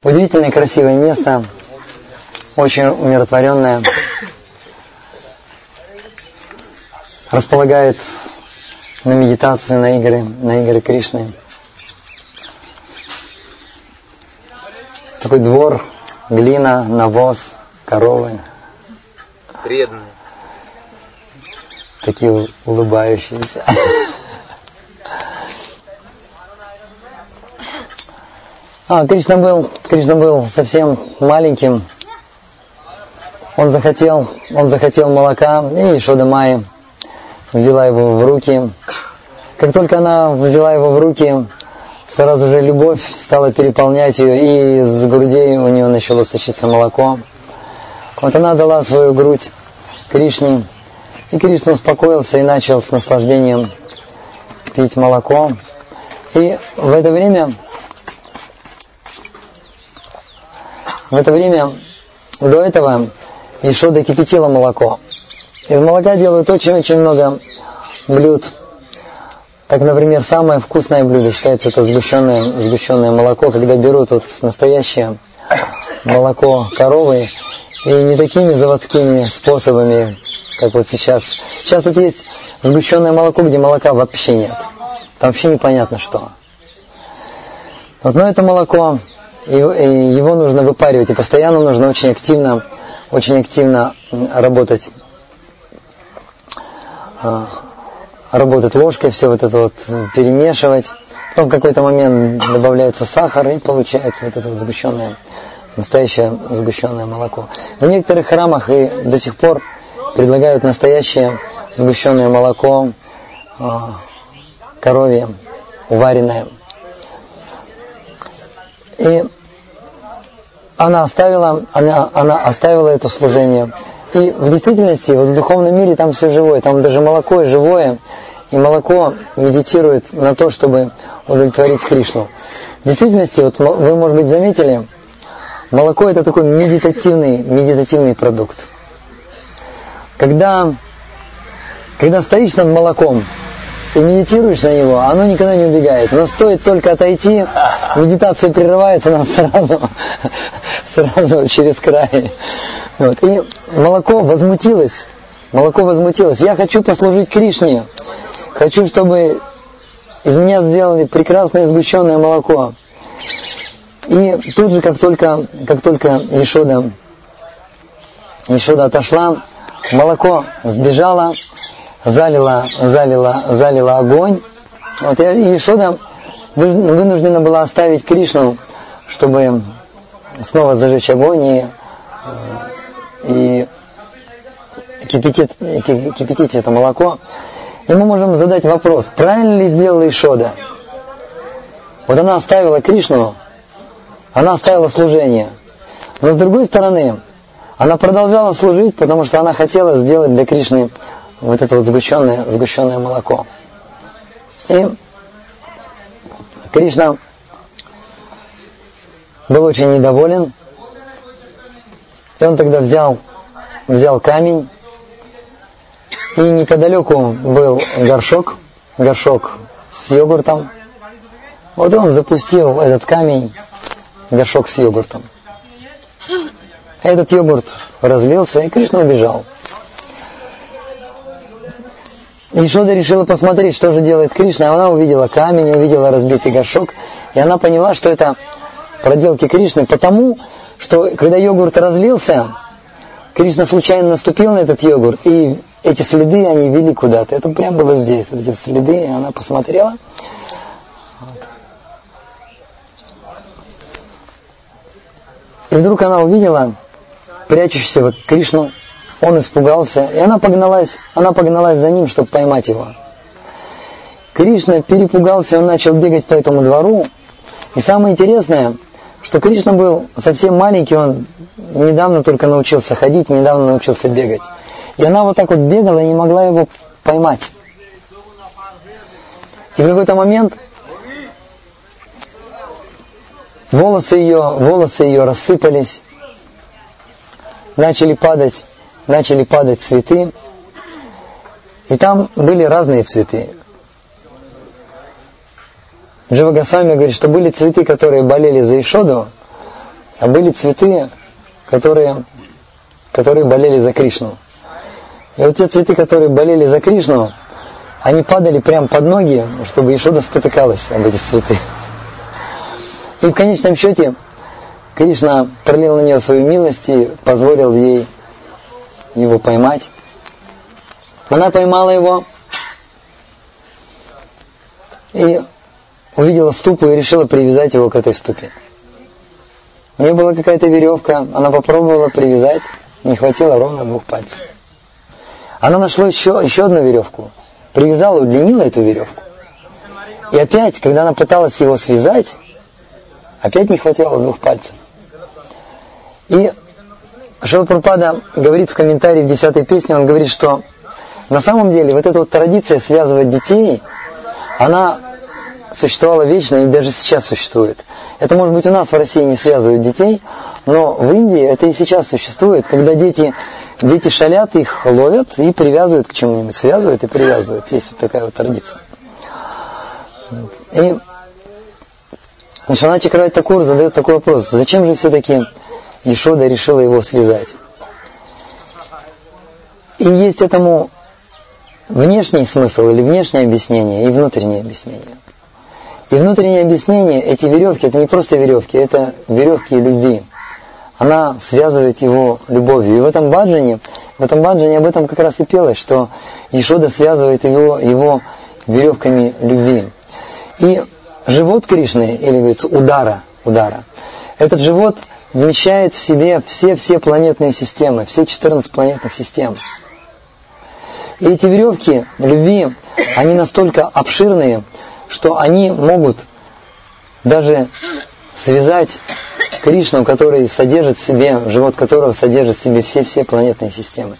Удивительное красивое место, очень умиротворенное, располагает на медитацию, на игры Кришны. Такой двор, глина, навоз, коровы. Вредные. Такие улыбающиеся. Кришна был совсем маленьким. Он захотел молока, и Ешода Майя взяла его в руки. Как только она взяла его в руки, сразу же любовь стала переполнять ее, и из грудей у нее начало сочиться молоко. Вот она дала свою грудь Кришне, и Кришна успокоился и начал с наслаждением пить молоко. И в это время до этого Ешода кипятила молоко. Из молока делают очень-очень много блюд. Так, например, самое вкусное блюдо считается это сгущенное молоко, когда берут вот настоящее молоко коровы и не такими заводскими способами, как вот сейчас. Сейчас вот есть сгущенное молоко, где молока вообще нет. Там вообще непонятно что. Вот, но это молоко, и его нужно выпаривать, и постоянно нужно очень активно работать ложкой, все вот это вот перемешивать. Потом в какой-то момент добавляется сахар, и получается вот это вот настоящее сгущенное молоко. В некоторых храмах и до сих пор предлагают настоящее сгущенное молоко, коровье, уваренное. И она оставила это служение. И в действительности, вот в духовном мире там все живое, там даже молоко живое, и молоко медитирует на то, чтобы удовлетворить Кришну. В действительности, вот вы, может быть, заметили, молоко это такой медитативный продукт. Когда стоишь над молоком и медитируешь на него, оно никогда не убегает. Но стоит только отойти, медитация прерывается, она сразу через край. Вот. И молоко возмутилось. Я хочу послужить Кришне. Хочу, чтобы из меня сделали прекрасное сгущенное молоко. И тут же, как только Ешода отошла, молоко сбежало, залило огонь. Вот, и Ешода вынуждена была оставить Кришну, чтобы снова зажечь огонь и кипятить это молоко. И мы можем задать вопрос, правильно ли сделала Ешода? Вот она оставила Кришну, она оставила служение. Но с другой стороны, она продолжала служить, потому что она хотела сделать для Кришны вот это вот сгущенное молоко. И Кришна был очень недоволен. И он тогда взял камень. И неподалеку был горшок с йогуртом. Вот он запустил этот камень в горшок с йогуртом. Этот йогурт разлился, и Кришна убежал. Ешода решила посмотреть, что же делает Кришна. Она увидела камень, увидела разбитый горшок, и она поняла, что это проделки Кришны, потому что когда йогурт разлился, Кришна случайно наступил на этот йогурт, и эти следы, они вели куда-то. Это прям было здесь, вот эти следы, и она посмотрела. Вот. И вдруг она увидела прячущегося Кришну. Он испугался, и она погналась за ним, чтобы поймать его. Кришна перепугался, он начал бегать по этому двору. И самое интересное, что Кришна был совсем маленький, он недавно только научился ходить, недавно научился бегать. И она вот так вот бегала и не могла его поймать. И в какой-то момент волосы ее рассыпались, начали падать цветы. И там были разные цветы. Джива Госвами говорит, что были цветы, которые болели за Ешоду, а были цветы, которые болели за Кришну. И вот те цветы, которые болели за Кришну, они падали прямо под ноги, чтобы Ешода спотыкалась об эти цветы. И в конечном счете Кришна пролил на нее свою милость и позволил ей его поймать. Она поймала его и увидела ступу и решила привязать его к этой ступе. У нее была какая-то веревка, она попробовала привязать, не хватило ровно 2 пальцев. Она нашла еще одну веревку, привязала, удлинила эту веревку. И опять, когда она пыталась его связать, опять не хватило 2 пальцев. И Шрила Прабхупада говорит в комментарии в 10-й песне, он говорит, что на самом деле вот эта вот традиция связывать детей, она существовала вечно и даже сейчас существует. Это, может быть, у нас в России не связывают детей, но в Индии это и сейчас существует, когда дети шалят, их ловят и привязывают к чему-нибудь, связывают и привязывают. Есть вот такая вот традиция. И Вишванат Чакраварти Такур задает такой вопрос: зачем же все-таки Ешода решила его связать? И есть этому внешний смысл или внешнее объяснение и внутреннее объяснение. И внутреннее объяснение, эти веревки, это не просто веревки, это веревки любви. Она связывает его любовью. И в этом баджане об этом как раз и пелось, что Ешода связывает его веревками любви. И живот Кришны, или говорится удара, этот живот вмещает в себе все планетные системы, все 14 планетных систем. И эти веревки любви, они настолько обширные, что они могут даже связать Кришну, который содержит в себе, живот которого содержит в себе все планетные системы.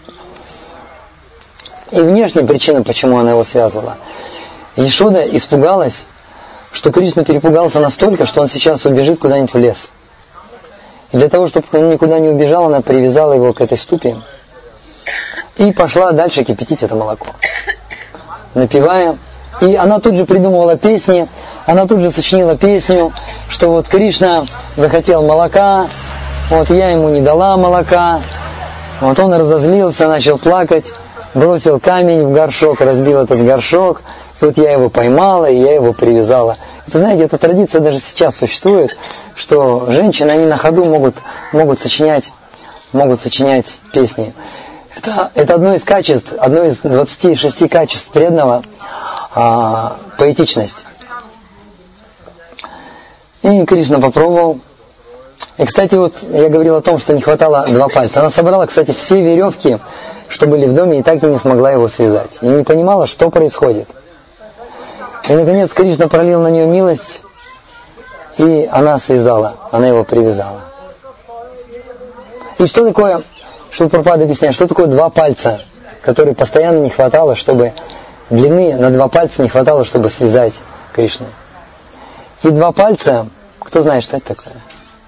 И внешняя причина, почему она его связывала. Ешода испугалась, что Кришна перепугался настолько, что он сейчас убежит куда-нибудь в лес. И для того, чтобы он никуда не убежал, она привязала его к этой ступе и пошла дальше кипятить это молоко, напевая. И она тут же придумывала песни, она тут же сочинила песню, что вот Кришна захотел молока, вот я ему не дала молока, вот он разозлился, начал плакать, бросил камень в горшок, разбил этот горшок, и вот я его поймала, и я его привязала. Это, знаете, эта традиция даже сейчас существует, что женщины, они на ходу могут сочинять песни. Это одно из качеств, одно из 26 качеств преданного, поэтичность. И Кришна попробовал. И, кстати, вот я говорил о том, что не хватало 2 пальца. Она собрала, кстати, все веревки, что были в доме, и так и не смогла его связать. И не понимала, что происходит. И, наконец, Кришна пролил на нее милость, и она связала, она его привязала. И что такое, Шрила Прабхупада объясняет, что такое 2 пальца, которые постоянно не хватало, чтобы длины на 2 пальца не хватало, чтобы связать Кришну. И 2 пальца, кто знает, что это такое?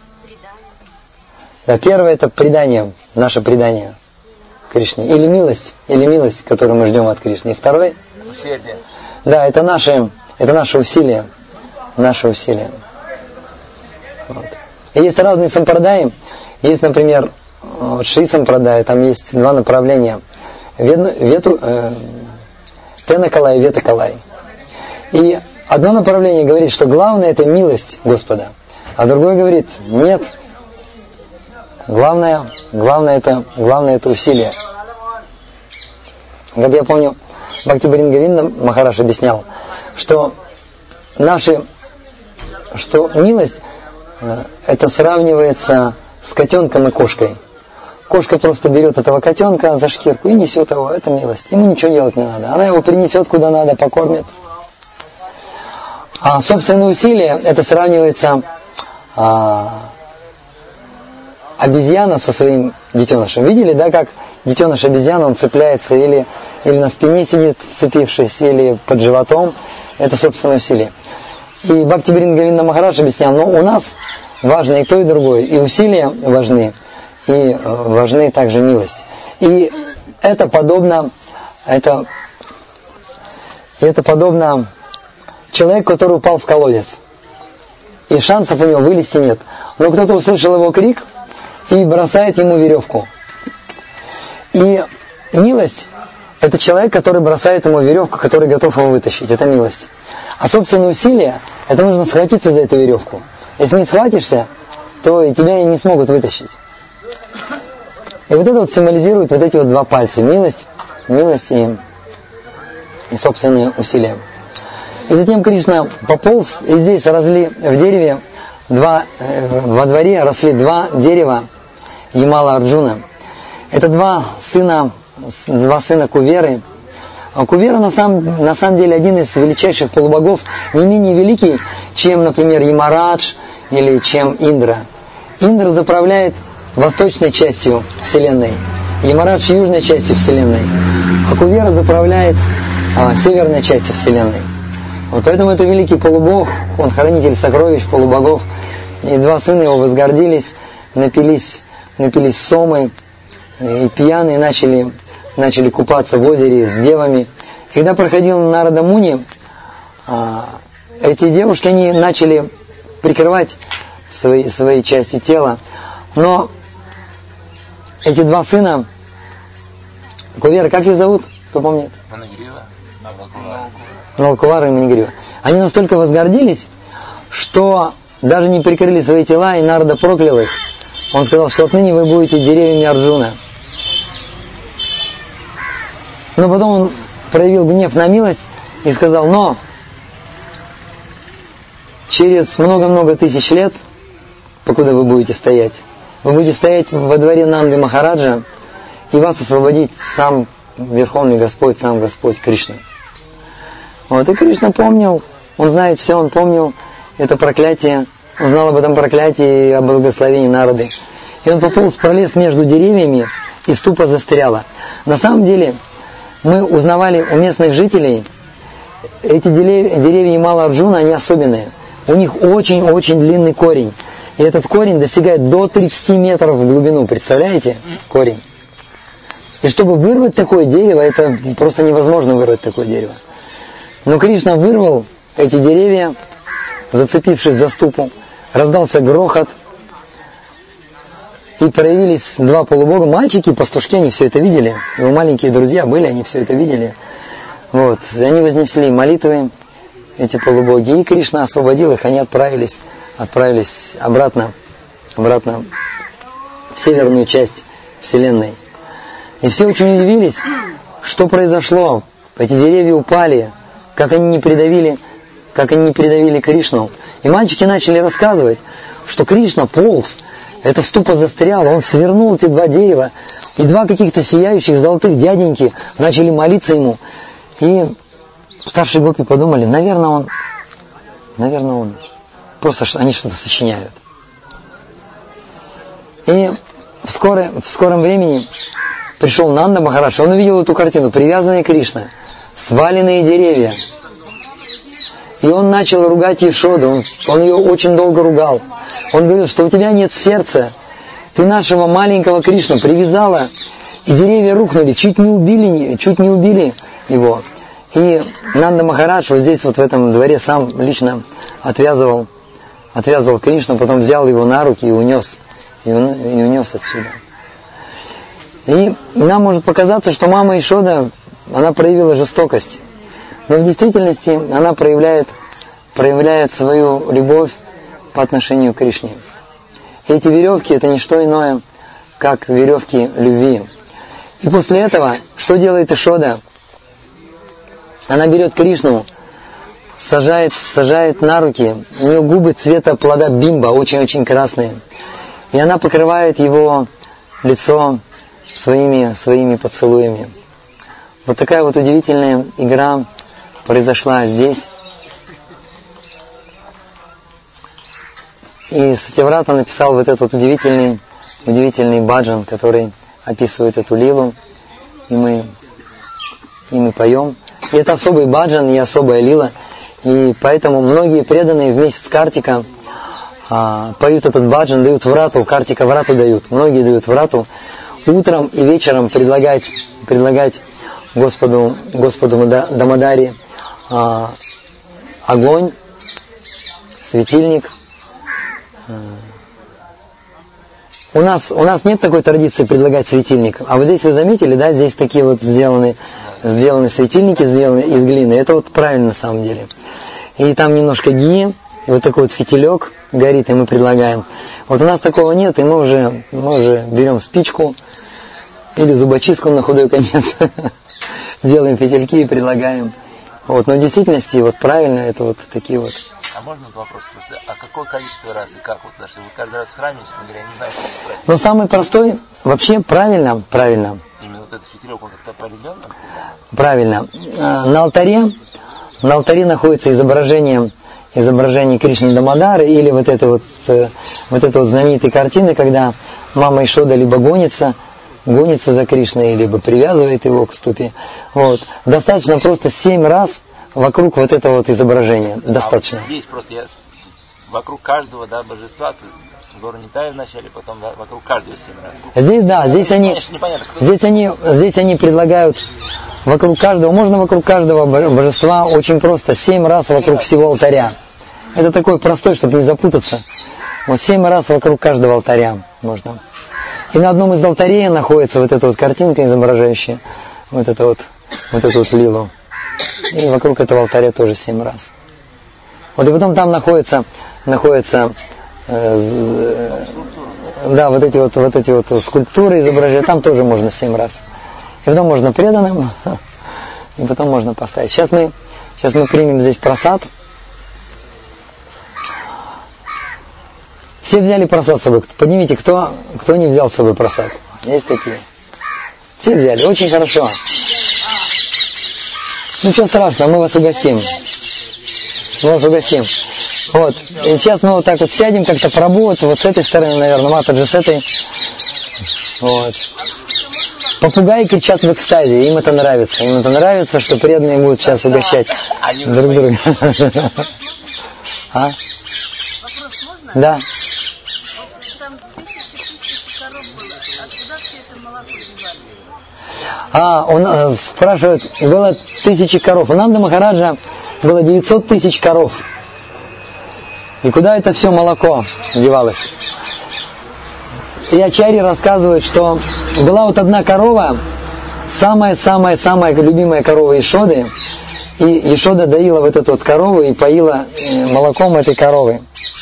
Да, первое это предание, наше предание Кришне. Или милость, которую мы ждем от Кришны. И второе? Усердие. Да, это наше усилие. Вот. И есть разные сампрадаи. Есть, например, Шри сампрадай, там есть 2 направления. Тена Калай, Вета Калай. И одно направление говорит, что главное это милость Господа, а другое говорит, нет. Главное это усилие. Как я помню, Бхакти Говинда Махарадж объяснял, что милость это сравнивается с котенком и кошкой. Кошка просто берет этого котенка за шкирку и несет его, это милость. Ему ничего делать не надо. Она его принесет куда надо, покормит. А собственное усилие, это сравнивается обезьяна со своим детенышем. Видели, да, как детеныш обезьяна, он цепляется или на спине сидит, вцепившись, или под животом. Это собственное усилие. И Бхакти Говинда Махарадж объяснял, но у нас важно и то, и другое. И усилия важны, и важны также милость. И это подобно человеку, который упал в колодец. И шансов у него вылезти нет. но кто-то услышал его крик и бросает ему веревку. И милость – это человек, который бросает ему веревку, который готов его вытащить. Это милость. А собственное усилие – это нужно схватиться за эту веревку. Если не схватишься, то и тебя и не смогут вытащить. И вот это вот символизирует вот эти вот два пальца. Милость и собственные усилия. И затем Кришна пополз, и здесь росли в дереве во дворе росли два дерева Ямала Арджуна. Это два сына Куверы. А Кувера на самом деле один из величайших полубогов, не менее великий, чем, например, Ямарадж или чем Индра. Индра заправляет восточной частью Вселенной, Ямарадж южной частью Вселенной, а Кувера заправляет северной частью Вселенной. Вот поэтому это великий полубог, он хранитель сокровищ полубогов. И два сына его возгордились, напились сомой, и пьяные начали купаться в озере с девами. Когда проходил Нарада Муни, эти девушки, они начали прикрывать свои части тела. Но эти два сына, Кувера, как их зовут? Кто помнит? Налакувара и Манигрива. Они настолько возгордились, что даже не прикрыли свои тела, и Нарада проклял их. Он сказал, что отныне вы будете деревьями Арджуна. Но потом он проявил гнев на милость и сказал, но через много-много тысяч лет, покуда вы будете стоять во дворе Нанды Махараджа, и вас освободит сам Верховный Господь, сам Господь Кришна. Вот, и Кришна помнил, он знает все, он помнил это проклятие, он знал об этом проклятии и о благословении Нарады. И он пополз, пролез между деревьями, и ступа застряла. На самом деле, мы узнавали у местных жителей, эти деревья Ямала Арджуна, они особенные. У них очень-очень длинный корень. И этот корень достигает до 30 метров в глубину. Представляете? Корень. И чтобы вырвать такое дерево, это просто невозможно вырвать такое дерево. Но Кришна вырвал эти деревья, зацепившись за ступу. Раздался грохот. И проявились два полубога. Мальчики, пастушки, они все это видели. Его маленькие друзья были, они все это видели. Вот. И они вознесли молитвы, эти полубоги. И Кришна освободил их, они отправились обратно в северную часть Вселенной. И все очень удивились, что произошло. Эти деревья упали, как они не придавили Кришну. И мальчики начали рассказывать, что Кришна полз, эта ступа застряла, он свернул эти два дерева, и два каких-то сияющих золотых дяденьки начали молиться ему. И старшие гопи подумали, наверное, он. Просто они что-то сочиняют. И в скором времени пришел Нанда Махарадж, он увидел эту картину, привязанные Кришна, сваленные деревья. И он начал ругать Ешоду, он ее очень долго ругал. Он говорил, что у тебя нет сердца, ты нашего маленького Кришну привязала, и деревья рухнули, чуть не убили его. И Нанда Махарадж вот здесь, вот в этом дворе, сам лично отвязывал Кришну, потом взял его на руки и унес отсюда. И нам может показаться, что мама Ешода, она проявила жестокость. Но в действительности она проявляет свою любовь по отношению к Кришне. И эти веревки, это не что иное, как веревки любви. И после этого, что делает Ешода? Она берет Кришну, сажает на руки, у нее губы цвета плода бимба, очень-очень красные. И она покрывает его лицо своими поцелуями. Вот такая вот удивительная игра произошла здесь. И Сатьяврата написал вот этот удивительный баджан, который описывает эту лилу. И мы поем. И это особый баджан и особая лила. И поэтому многие преданные в месяц Картика поют этот баджан, дают врату, Картика врату дают. Многие дают врату. Утром и вечером предлагать Господу Дамадари огонь, светильник, у нас нет такой традиции предлагать светильник. А вот здесь вы заметили, да, здесь такие вот сделаны светильники, сделаны из глины. Это вот правильно на самом деле. И там немножко гии, и вот такой вот фитилек горит, и мы предлагаем. Вот у нас такого нет, и мы уже берем спичку или зубочистку на худой конец, делаем фитильки и предлагаем. Вот, но в действительности вот правильно это вот такие вот. А можно вопрос? А какое количество раз и как? Вот, потому что вы каждый раз в храме, честно говоря, не знаю, что спросить. Но самый простой, вообще правильно. Именно вот этот фитилек, он как-то определенно? Правильно. На алтаре находится изображение Кришны Дамодары, или вот эта вот знаменитая картина, когда мама Ишода либо гонится за Кришной, либо привязывает его к ступе. Вот. Достаточно просто 7 раз вокруг вот этого вот изображения. Достаточно. Вот здесь просто вокруг каждого, да, божества, то есть гору Нитай вначале, потом, да, вокруг каждого 7 раз. Здесь, да, здесь они предлагают вокруг каждого, можно вокруг каждого божества очень просто 7 раз вокруг всего алтаря. Это такой простой, чтобы не запутаться. Вот 7 раз вокруг каждого алтаря можно. И на одном из алтарей находится вот эта вот картинка, изображающая вот эту вот лилу. И вокруг этого алтаря тоже 7 раз. Вот и потом там находятся вот эти вот скульптуры, изображения, там тоже можно 7 раз. И потом можно преданным, и потом можно поставить. Сейчас мы примем здесь просад. Все взяли просад с собой. Поднимите, кто не взял с собой просад. Есть такие. Все взяли. Очень хорошо. Ничего страшного, мы вас угостим. Вот. И сейчас мы вот так вот сядем, как-то пробуем. Вот с этой стороны, наверное, Матаджи с этой. Вот. Попугаи кричат в экстазе, им это нравится. Им это нравится, что преданные будут сейчас угощать друг друга. А? Вопрос можно? Да. Там тысячи коров было. Откуда все это молоко девали? Он спрашивает, было 1000 коров. У Нанды Махараджа было 900 тысяч коров. И куда это все молоко девалось? И ачарьи рассказывают, что была вот одна корова, самая любимая корова Ешоды, и Ешода доила вот эту вот корову и поила молоком этой коровы.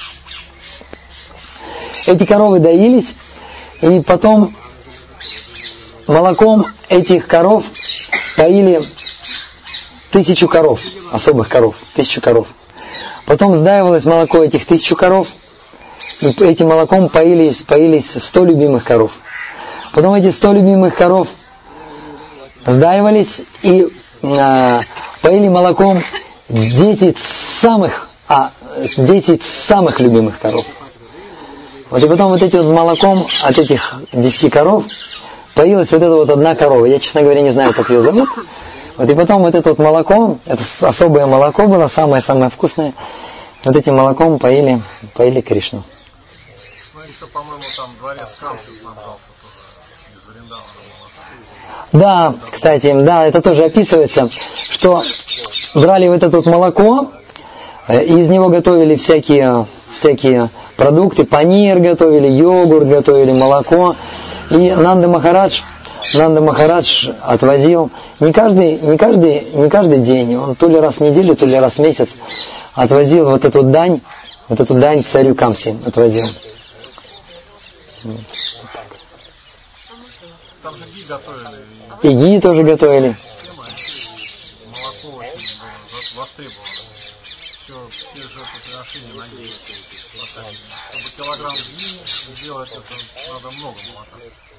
Эти коровы доились, и потом молоком этих коров поили 1000 коров, особых коров, 1000 коров. Потом сдаивалось молоко этих 1000 коров, и этим молоком поились 100 любимых коров. Потом эти 100 любимых коров сдаивались и поили молоком 10 самых любимых коров. Вот и потом вот этим вот молоком от этих 10 коров поилась вот эта вот одна корова. Я, честно говоря, не знаю, как ее зовут. Вот и потом вот это вот молоко, это особое молоко было, самое-самое вкусное. Вот этим молоком поили Кришну. Смотри, по-моему, там дворец Камсы снабжался тоже из Вриндавана. Да, кстати, да, это тоже описывается, что брали вот это вот молоко, и из него готовили всякие продукты, панир готовили, йогурт готовили, молоко. И Нанда Махарадж отвозил не каждый день, он то ли раз в неделю, то ли раз в месяц отвозил вот эту дань царю Камси отвозил. Там же ги готовили. И ги тоже готовили. Молоко очень было востребовано. Все жертвоприношения на ги. Чтобы килограмм ги сделать, это надо много молока.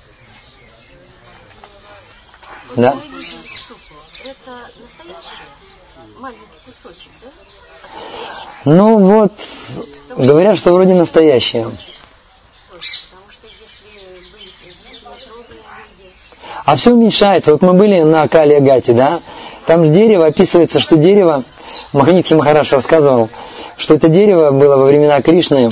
Да. Это настоящий маленький кусочек, да? Ну вот, говорят, что вроде настоящее. Потому что если были трудные люди... А все уменьшается. Вот мы были на Кали-Агате, да? Там же дерево, описывается, что дерево, Маханидхи Махарадж рассказывал, что это дерево было во времена Кришны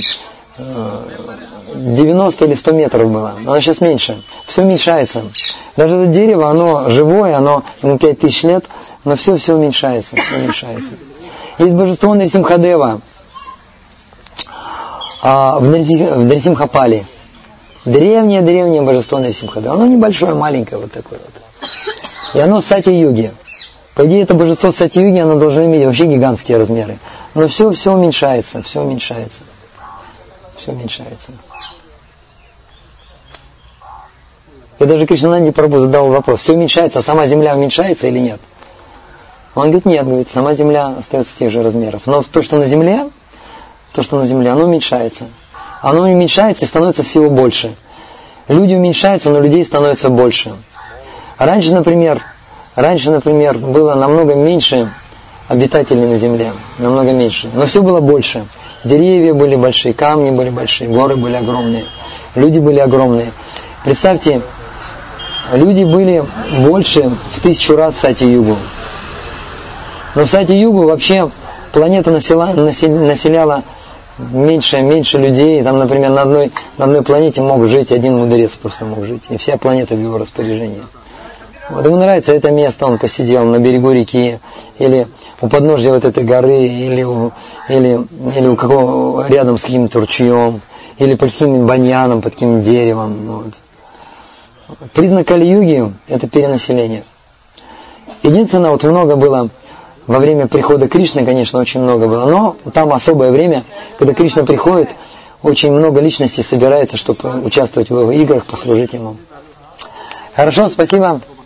90 или 100 метров было. Оно сейчас меньше. Все уменьшается. Даже это дерево, оно живое, ему 5000 лет, но все уменьшается. Есть божество Нарисимхадева в Нарисимхапали. Древнее божество Нарисимха. Оно небольшое, маленькое вот такое вот. И оно в Сати-юге. По идее, это божество Сати-юги, оно должно иметь вообще гигантские размеры. Но все уменьшается, все уменьшается. Все уменьшается. И даже Кришнананди Прабху задал вопрос, все уменьшается, а сама Земля уменьшается или нет? Он говорит, нет, говорит, сама Земля остается тех же размеров. Но то, что на Земле, оно уменьшается. Оно уменьшается и становится всего больше. Люди уменьшаются, но людей становится больше. Раньше, например, было намного меньше обитателей на Земле. Намного меньше. Но все было больше. Деревья были большие, камни были большие, горы были огромные. Люди были огромные. Представьте, люди были больше в 1000 раз в Сати-югу. Но в Сати-югу вообще планета населяла меньше людей. Там, например, на одной планете мог жить один мудрец, просто мог жить. И вся планета в его распоряжении. Вот ему нравится это место, он посидел на берегу реки, или у подножья вот этой горы, или у какого рядом с каким-то ручьем, или под каким-нибудь баньяном, под каким-нибудь деревом. Вот. Признак Кали-юги – это перенаселение. Единственное, вот много было во время прихода Кришны, конечно, очень много было, но там особое время, когда Кришна приходит, очень много личностей собирается, чтобы участвовать в его играх, послужить ему. Хорошо, спасибо.